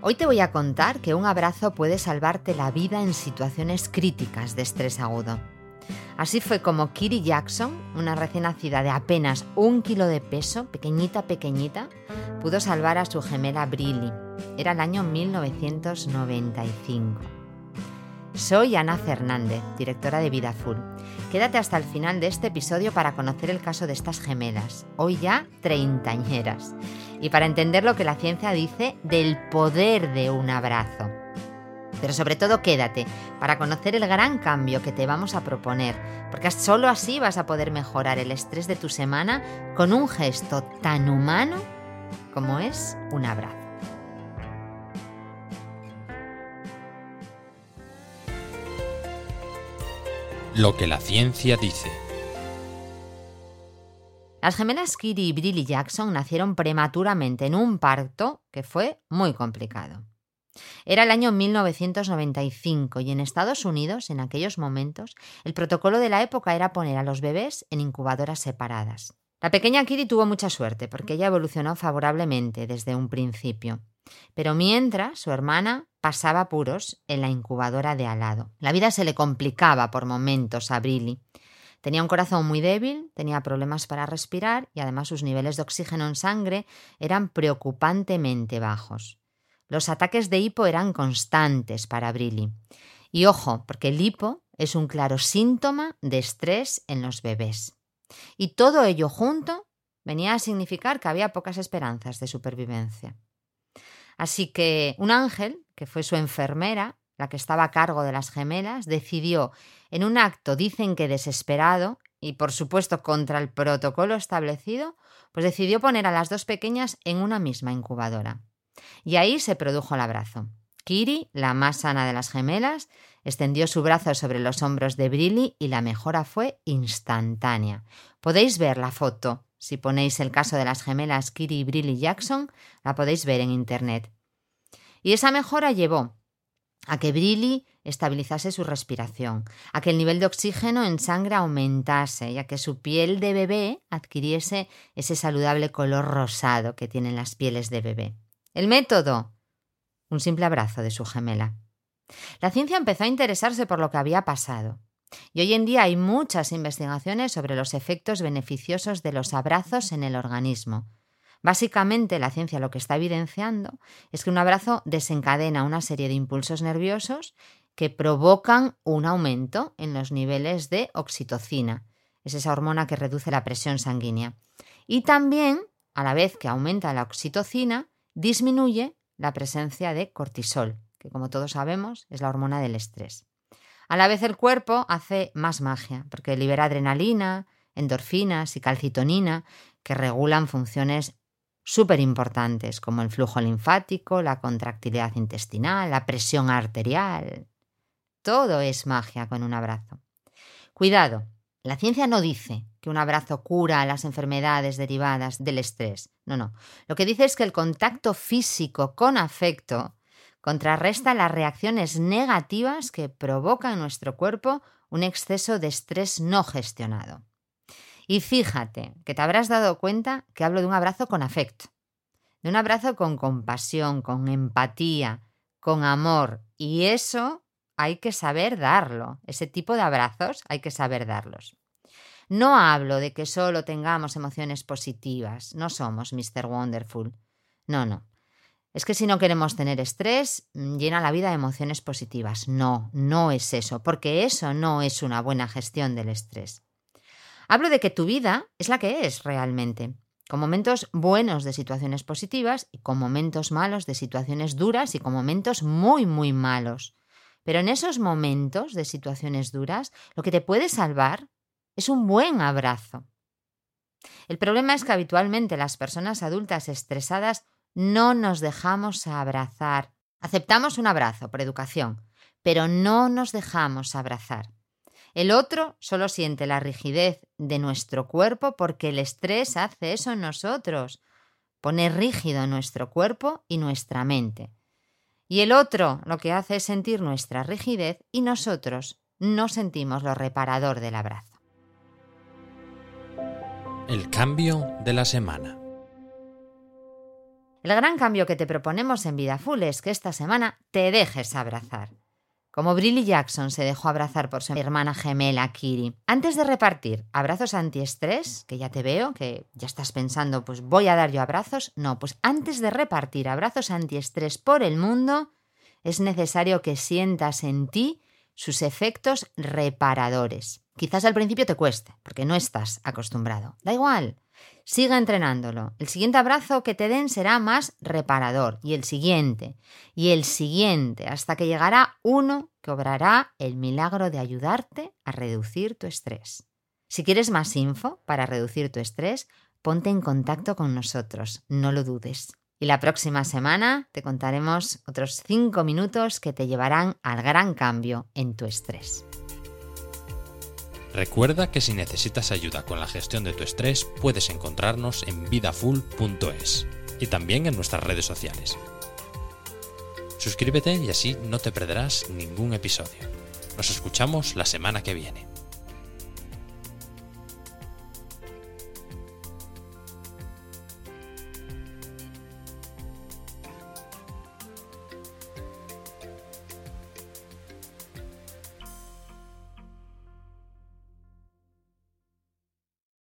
Hoy te voy a contar que un abrazo puede salvarte la vida en situaciones críticas de estrés agudo. Así fue como Kiri Jackson, una recién nacida de apenas 1 kilo de peso, pequeñita, pudo salvar a su gemela Briley. Era el año 1995. Soy Ana Fernández, directora de Vida Full. Quédate hasta el final de este episodio para conocer el caso de estas gemelas, hoy ya treintañeras, y para entender lo que la ciencia dice del poder de un abrazo. Pero sobre todo quédate para conocer el gran cambio que te vamos a proponer, porque solo así vas a poder mejorar el estrés de tu semana con un gesto tan humano como es un abrazo. Lo que la ciencia dice. Las gemelas Kiri y Briley Jackson nacieron prematuramente en un parto que fue muy complicado. Era el año 1995 y en Estados Unidos, en aquellos momentos, el protocolo de la época era poner a los bebés en incubadoras separadas. La pequeña Kiri tuvo mucha suerte porque ella evolucionó favorablemente desde un principio. Pero mientras, su hermana pasaba apuros en la incubadora de al lado. La vida se le complicaba por momentos a Briley. Tenía un corazón muy débil, tenía problemas para respirar y además sus niveles de oxígeno en sangre eran preocupantemente bajos. Los ataques de hipo eran constantes para Briley. Y ojo, porque el hipo es un claro síntoma de estrés en los bebés. Y todo ello junto venía a significar que había pocas esperanzas de supervivencia. Así que un ángel, que fue su enfermera, la que estaba a cargo de las gemelas, decidió, en un acto dicen que desesperado, y por supuesto contra el protocolo establecido, pues decidió poner a las dos pequeñas en una misma incubadora. Y ahí se produjo el abrazo. Kiri, la más sana de las gemelas, extendió su brazo sobre los hombros de Briley y la mejora fue instantánea. Podéis ver la foto. Si ponéis el caso de las gemelas Kiri y Briley Jackson, la podéis ver en internet. Y esa mejora llevó a que Briley estabilizase su respiración, a que el nivel de oxígeno en sangre aumentase y a que su piel de bebé adquiriese ese saludable color rosado que tienen las pieles de bebé. El método, un simple abrazo de su gemela. La ciencia empezó a interesarse por lo que había pasado. Y hoy en día hay muchas investigaciones sobre los efectos beneficiosos de los abrazos en el organismo. Básicamente, la ciencia lo que está evidenciando es que un abrazo desencadena una serie de impulsos nerviosos que provocan un aumento en los niveles de oxitocina. Es esa hormona que reduce la presión sanguínea. Y también, a la vez que aumenta la oxitocina, disminuye la presencia de cortisol, que como todos sabemos es la hormona del estrés. A la vez el cuerpo hace más magia, porque libera adrenalina, endorfinas y calcitonina, que regulan funciones súper importantes, como el flujo linfático, la contractilidad intestinal, la presión arterial. Todo es magia con un abrazo. Cuidado, la ciencia no dice que un abrazo cura las enfermedades derivadas del estrés. No. Lo que dice es que el contacto físico con afecto contrarresta las reacciones negativas que provoca en nuestro cuerpo un exceso de estrés no gestionado. Y fíjate que te habrás dado cuenta que hablo de un abrazo con afecto, de un abrazo con compasión, con empatía, con amor. Y eso hay que saber darlo. Ese tipo de abrazos hay que saber darlos. No hablo de que solo tengamos emociones positivas. No somos Mr. Wonderful. No. Es que si no queremos tener estrés, llena la vida de emociones positivas. No es eso, porque eso no es una buena gestión del estrés. Hablo de que tu vida es la que es realmente, con momentos buenos de situaciones positivas y con momentos malos de situaciones duras y con momentos muy, muy malos. Pero en esos momentos de situaciones duras, lo que te puede salvar es un buen abrazo. El problema es que habitualmente las personas adultas estresadas no nos dejamos abrazar. Aceptamos un abrazo por educación, pero no nos dejamos abrazar. El otro solo siente la rigidez de nuestro cuerpo porque el estrés hace eso en nosotros. Pone rígido nuestro cuerpo y nuestra mente. Y el otro lo que hace es sentir nuestra rigidez y nosotros no sentimos lo reparador del abrazo. El cambio de la semana. El gran cambio que te proponemos en Vida Full es que esta semana te dejes abrazar. Como Briley Jackson se dejó abrazar por su hermana gemela Kiri. Antes de repartir abrazos antiestrés, que ya te veo, que ya estás pensando, pues voy a dar yo abrazos. No, pues antes de repartir abrazos antiestrés por el mundo, es necesario que sientas en ti sus efectos reparadores. Quizás al principio te cueste, porque no estás acostumbrado. Da igual, siga entrenándolo. El siguiente abrazo que te den será más reparador, y el siguiente, hasta que llegará uno que obrará el milagro de ayudarte a reducir tu estrés. Si quieres más info para reducir tu estrés, ponte en contacto con nosotros, no lo dudes. Y la próxima semana te contaremos otros 5 minutos que te llevarán al gran cambio en tu estrés. Recuerda que si necesitas ayuda con la gestión de tu estrés, puedes encontrarnos en vidafull.es y también en nuestras redes sociales. Suscríbete y así no te perderás ningún episodio. Nos escuchamos la semana que viene.